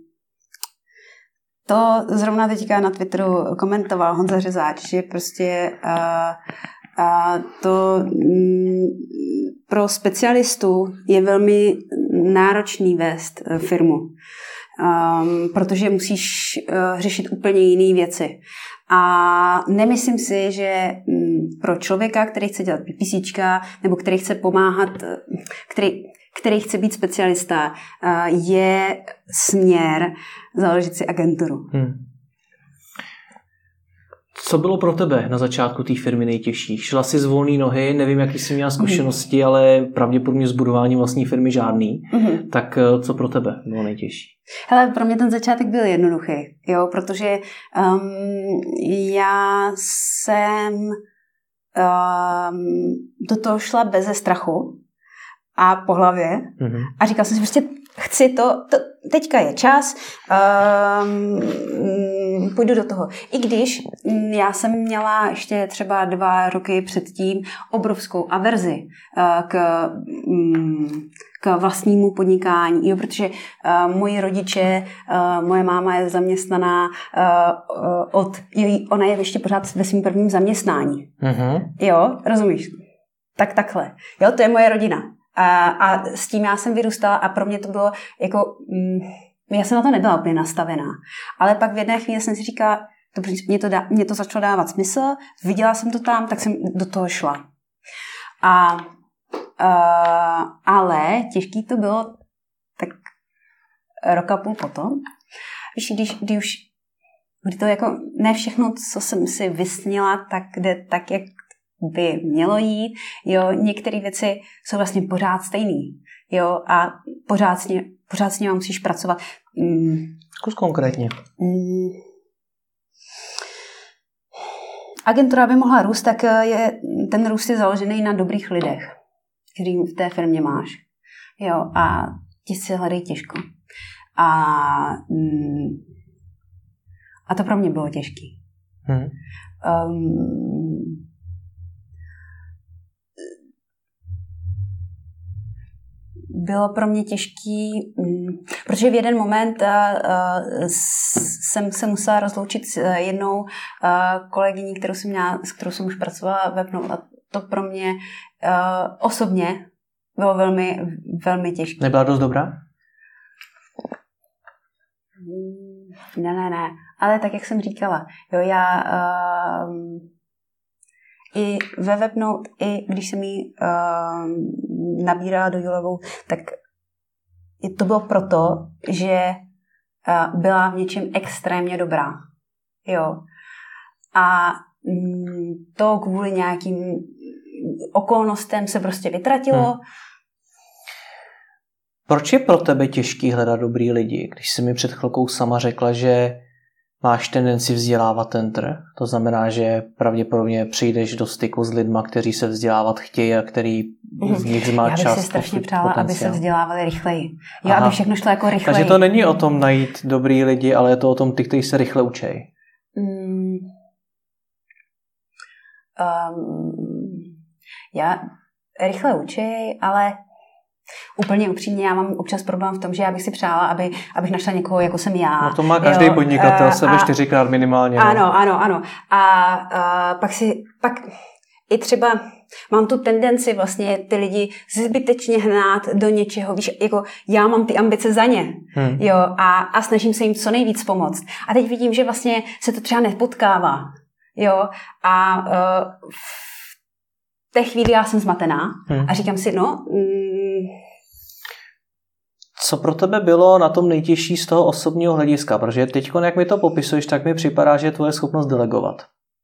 to zrovna teďka na Twitteru komentoval Honza Řezáč, že prostě a, a to mm, pro specialistu je velmi náročný vést firmu, um, protože musíš uh, řešit úplně jiné věci. A nemyslím si, že pro člověka, který chce dělat PPCčka nebo který chce pomáhat, který, který chce být specialista, je směr založit si agenturu. Hmm. Co bylo pro tebe na začátku té firmy nejtěžší? Šla jsi z volné nohy, nevím, jaký jsi měla zkušenosti, mm. ale pravděpodobně s budováním vlastní firmy žádný. Mm. Tak co pro tebe bylo nejtěžší? Hele, pro mě ten začátek byl jednoduchý, jo, protože um, já jsem um, do toho šla beze strachu a po hlavě mm-hmm. a říkala jsem si prostě, chci to, to teďka je čas, um, půjdu do toho. I když já jsem měla ještě třeba dva roky předtím obrovskou averzi uh, k, um, k vlastnímu podnikání, jo, protože uh, moji rodiče, uh, moje máma je zaměstnaná uh, uh, od, ona je ještě pořád ve svým prvním zaměstnání. Mm-hmm. Jo, rozumíš? Tak takhle. Jo, to je moje rodina. A, a s tím já jsem vyrůstala a pro mě to bylo jako, mm, já jsem na to nebyla úplně nastavená. Ale pak v jedné chvíli jsem si říkala, to, mě, to dá, mě to začalo dávat smysl, viděla jsem to tam, tak jsem do toho šla. A, a, ale těžký to bylo tak rok a půl potom. Víš, když, když už, kdy to jako, ne všechno, co jsem si vysnila, tak jde tak, jak by mělo jít, jo, některé věci jsou vlastně pořád stejný, jo, a pořád s, ně, pořád s nimi musíš pracovat. Mm. Zkus konkrétně. Mm. Agentura by mohla růst, tak je, ten růst je založený na dobrých lidech, který v té firmě máš, jo, a ti si hledají těžko. A, mm, a to pro mě bylo těžký. Hmm. Um, Bylo pro mě těžký, protože v jeden moment jsem se musela rozloučit s jednou kolegyní, kterou jsem měla, s kterou jsem už pracovala webnou, a to pro mě osobně bylo velmi, velmi těžké. Nebyla dost dobrá? Ne, ne, ne. Ale tak, jak jsem říkala, jo, já i ve Webnote, i když jsem ji uh, nabírala do Julovou, tak to bylo proto, že uh, byla v něčem extrémně dobrá. Jo. A mm, to kvůli nějakým okolnostem se prostě vytratilo. Hmm. Proč je pro tebe těžký hledat dobrý lidi, když jsi mi před chvilkou sama řekla, že máš tendenci vzdělávat ten trh? To znamená, že pravděpodobně přijdeš do styku s lidma, kteří se vzdělávat chtějí a který z nich má čas. Já bych si strašně přála, aby se vzdělávali rychleji. Jo, aby všechno šlo jako rychleji. Takže to není o tom najít dobrý lidi, ale je to o tom ty, kteří se rychle učejí. Mm. Um, já rychle učej, ale Úplně upřímně, já mám občas problém v tom, že já bych si přála, aby, abych našla někoho, jako jsem já. No to má každý jo, podnikatel, uh, sebe čtyřikrát minimálně. Ano, no. ano, ano. A uh, pak si, pak i třeba mám tu tendenci vlastně ty lidi zbytečně hnát do něčeho, víš, jako já mám ty ambice za ně, hmm. jo, a, a snažím se jim co nejvíc pomoct. A teď vidím, že vlastně se to třeba nepotkává, jo, a uh, v té chvíli já jsem zmatená hmm. a říkám si, no... Mm, co pro tebe bylo na tom nejtěžší z toho osobního hlediska? Protože teď, jak mi to popisuješ, tak mi připadá, že je tvoje schopnost delegovat.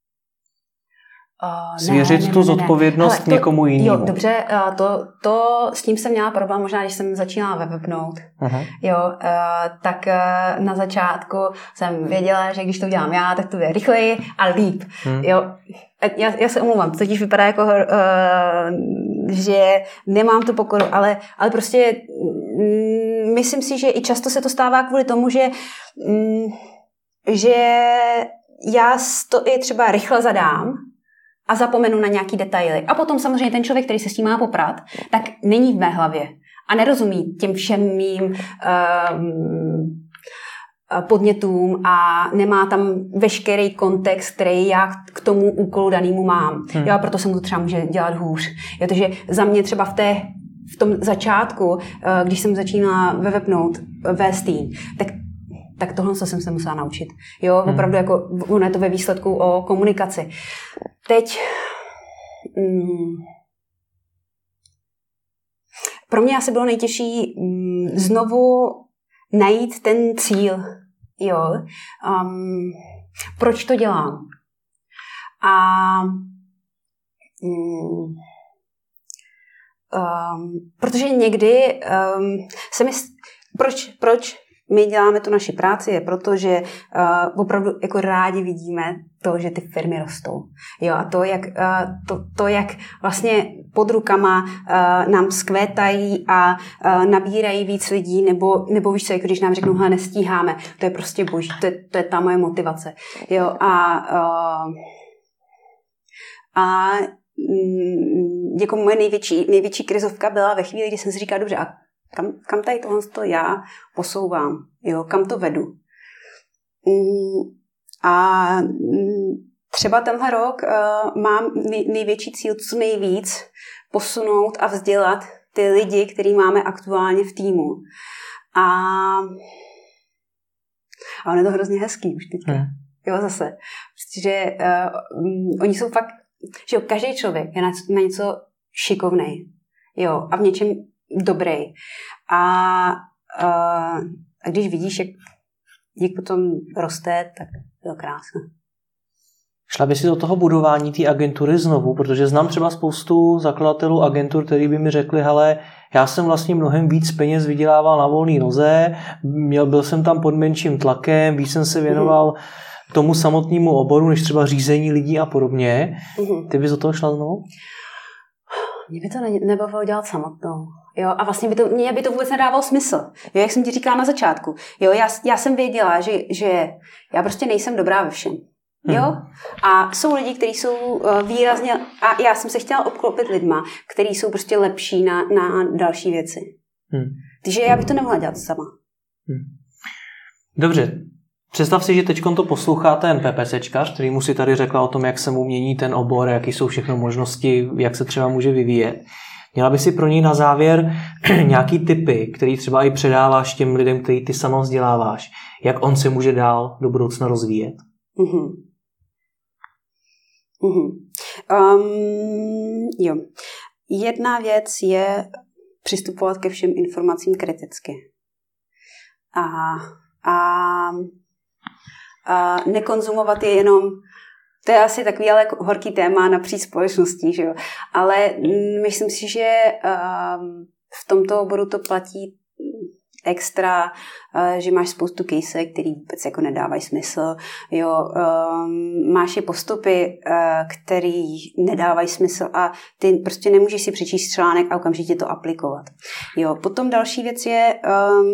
Uh, Svěřit ne, ne, tu ne, zodpovědnost ne, ne. To, někomu jinému. Jo, dobře, uh, to, to s tím jsem měla problém, možná když jsem začínala webnout. Uh-huh. Jo, uh, tak uh, na začátku jsem věděla, že když to udělám já, tak to bude rychleji a líp. Hmm. Jo, já, já se omlouvám, to totiž vypadá jako, uh, že nemám tu pokoru, ale, ale prostě mm, myslím si, že i často se to stává kvůli tomu, že, mm, že já to i třeba rychle zadám, a zapomenu na nějaký detaily. A potom samozřejmě ten člověk, který se s tím má poprat, tak není v mé hlavě a nerozumí těm všem mým um, podnětům a nemá tam veškerý kontext, který já k tomu úkolu danému mám. Hmm. Jo, proto se mu to třeba může dělat hůř. Jo, takže za mě třeba v té v tom začátku, když jsem začínala ve webnout, vést tým, tak tak tohle jsem se musela naučit. Jo, hmm. opravdu jako, ono je to ve výsledku o komunikaci. Teď mm, pro mě asi bylo nejtěžší mm, znovu najít ten cíl. Jo, um, proč to dělám? A mm, um, protože někdy um, se mi... Proč, proč my děláme tu naši práci, je proto, že uh, opravdu jako rádi vidíme to, že ty firmy rostou. Jo, a to, jak, uh, to, to, jak vlastně pod rukama uh, nám skvétají a uh, nabírají víc lidí, nebo, nebo víš co, jako když nám řeknou, hele, nestíháme, to je prostě boží, to je, to je ta moje motivace. Jo, a uh, a mm, jako moje největší, největší krizovka byla ve chvíli, kdy jsem si říkala, dobře, a Kam, kam tady tohle to já posouvám, jo, kam to vedu. A třeba tenhle rok uh, mám nej, největší cíl, co nejvíc posunout a vzdělat ty lidi, který máme aktuálně v týmu. A, a on je to hrozně hezký už teďka. Hmm. Jo, zase. Protože uh, um, oni jsou fakt, že jo, každý člověk je na, na něco šikovnej. Jo, a v něčem dobrý. A, a, a když vidíš, jak dík potom roste, tak je to krásné. Šla by si do toho budování té agentury znovu, protože znám třeba spoustu zakladatelů agentur, který by mi řekli, hele, já jsem vlastně mnohem víc peněz vydělával na volné noze, měl, byl jsem tam pod menším tlakem, víc jsem se věnoval mm. tomu samotnému oboru, než třeba řízení lidí a podobně. Mm. Ty bys do toho šla znovu? Mě by to ne- nebavilo dělat samotnou. Jo, a vlastně by to, mě by to vůbec nedávalo smysl. Jo, jak jsem ti říkala na začátku. Jo, já, já jsem věděla, že, že já prostě nejsem dobrá ve všem. Jo? Hmm. A jsou lidi, kteří jsou výrazně... A já jsem se chtěla obklopit lidma, kteří jsou prostě lepší na, na další věci. Hmm. Takže já bych to nemohla dělat sama. Hmm. Dobře. Představ si, že teď to poslouchá ten PPCčkař, který mu si tady řekla o tom, jak se mu mění ten obor, jaký jsou všechno možnosti, jak se třeba může vyvíjet. Měla by si pro něj na závěr nějaký tipy, který třeba i předáváš těm lidem, který ty sama vzděláváš, jak on se může dál do budoucna rozvíjet? Mm-hmm. Mm-hmm. Um, jo. Jedna věc je přistupovat ke všem informacím kriticky. A, a, a nekonzumovat je jenom. To je asi takový ale horký téma napříč společností, že jo. Ale myslím si, že um, v tomto oboru to platí extra, uh, že máš spoustu case, který vůbec jako nedávají smysl. Jo, um, máš je postupy, uh, který nedávají smysl a ty prostě nemůžeš si přečíst článek a okamžitě to aplikovat. Jo, potom další věc je um,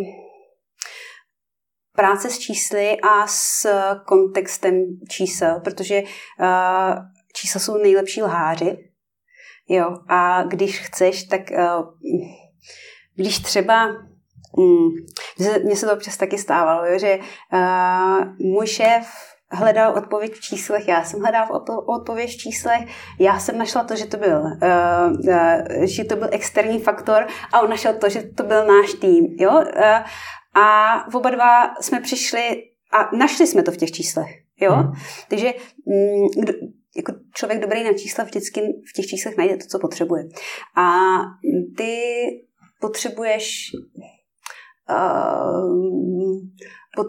práce s čísly a s kontextem čísel, protože uh, čísla jsou nejlepší lháři. Jo, a když chceš, tak uh, když třeba, mm, mně se to občas taky stávalo, jo, že uh, můj šéf hledal odpověď v číslech, já jsem hledala odpověď v číslech, já jsem našla to, že to byl, uh, uh, že to byl externí faktor a on našel to, že to byl náš tým. Jo? Uh, a oba dva jsme přišli a našli jsme to v těch číslech. Jo? Hmm. Takže um, kdo, jako člověk dobrý na čísla vždycky v těch číslech najde to, co potřebuje. A ty potřebuješ uh, pot,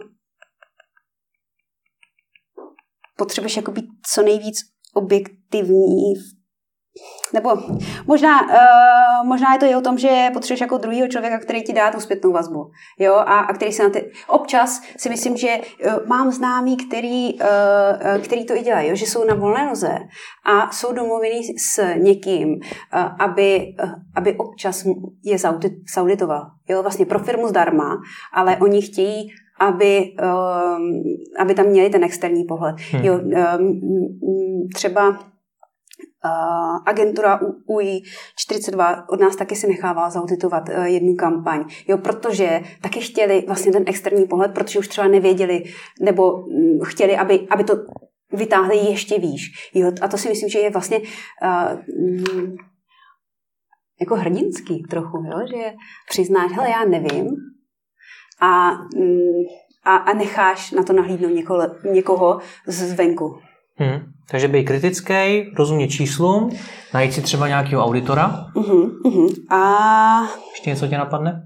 potřebuješ jako být co nejvíc objektivní, nebo možná, uh, možná je to i o tom, že potřebuješ jako druhýho člověka, který ti dá tu zpětnou vazbu, jo, a, a který se na ty... Občas si myslím, že uh, mám známý, který, uh, který to i dělají, jo, že jsou na volné noze a jsou domluvený s někým, uh, aby, uh, aby občas je zauditoval, jo, vlastně pro firmu zdarma, ale oni chtějí aby, um, aby tam měli ten externí pohled. Hmm. Jo, um, třeba uh, agentura U I čtyřicet dva od nás taky si nechává zauditovat uh, jednu kampaň, jo, protože taky chtěli vlastně ten externí pohled, protože už třeba nevěděli, nebo um, chtěli, aby, aby to vytáhli ještě výš. Jo, a to si myslím, že je vlastně uh, um, jako hrdinský trochu, jo, že přiznáš, hele, já nevím, A, a, a necháš na to nahlídnout někoho, někoho zvenku. Hmm. Takže být kritický, rozumět číslům, najít si třeba nějakého auditora. Uh-huh, uh-huh. A... Ještě něco tě napadne?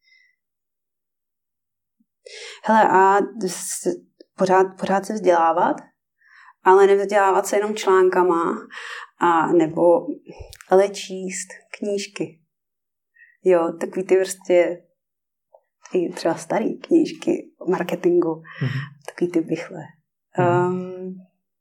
Hele, a pořád, pořád se vzdělávat, ale nevzdělávat se jenom článkama, a nebo ale číst knížky. Jo, takový ty prostě i třeba staré knížky o marketingu, mm-hmm. takový ty bychle. Um,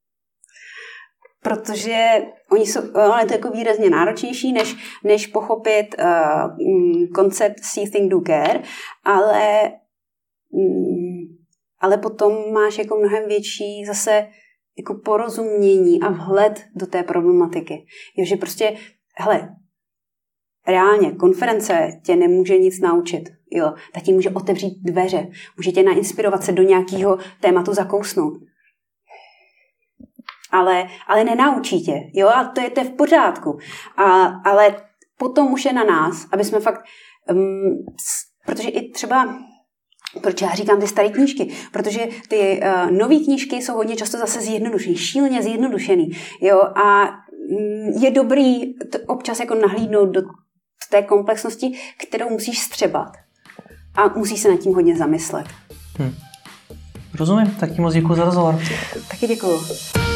protože oni jsou, ono je to jako výrazně náročnější, než, než pochopit uh, koncept see, think, do, care, ale, um, ale potom máš jako mnohem větší zase jako porozumění a vhled do té problematiky. Jo, že prostě, hele, reálně, konference tě nemůže nic naučit. Jo, ta ti může otevřít dveře, může tě nainspirovat se do nějakého tématu zakousnout. Ale, ale nenaučí tě, jo, a to je, to je v pořádku. A, ale potom už je na nás, aby jsme fakt, um, protože i třeba, proč já říkám ty staré knížky, protože ty uh, nové knížky jsou hodně často zase zjednodušený, šíleně zjednodušený, jo, a um, je dobrý t- občas jako nahlídnout do té komplexnosti, kterou musíš střebat. A musíš se nad tím hodně zamyslet. Hmm. Rozumím, tak ti moc děkuji za rozhovor. Taky děkuji.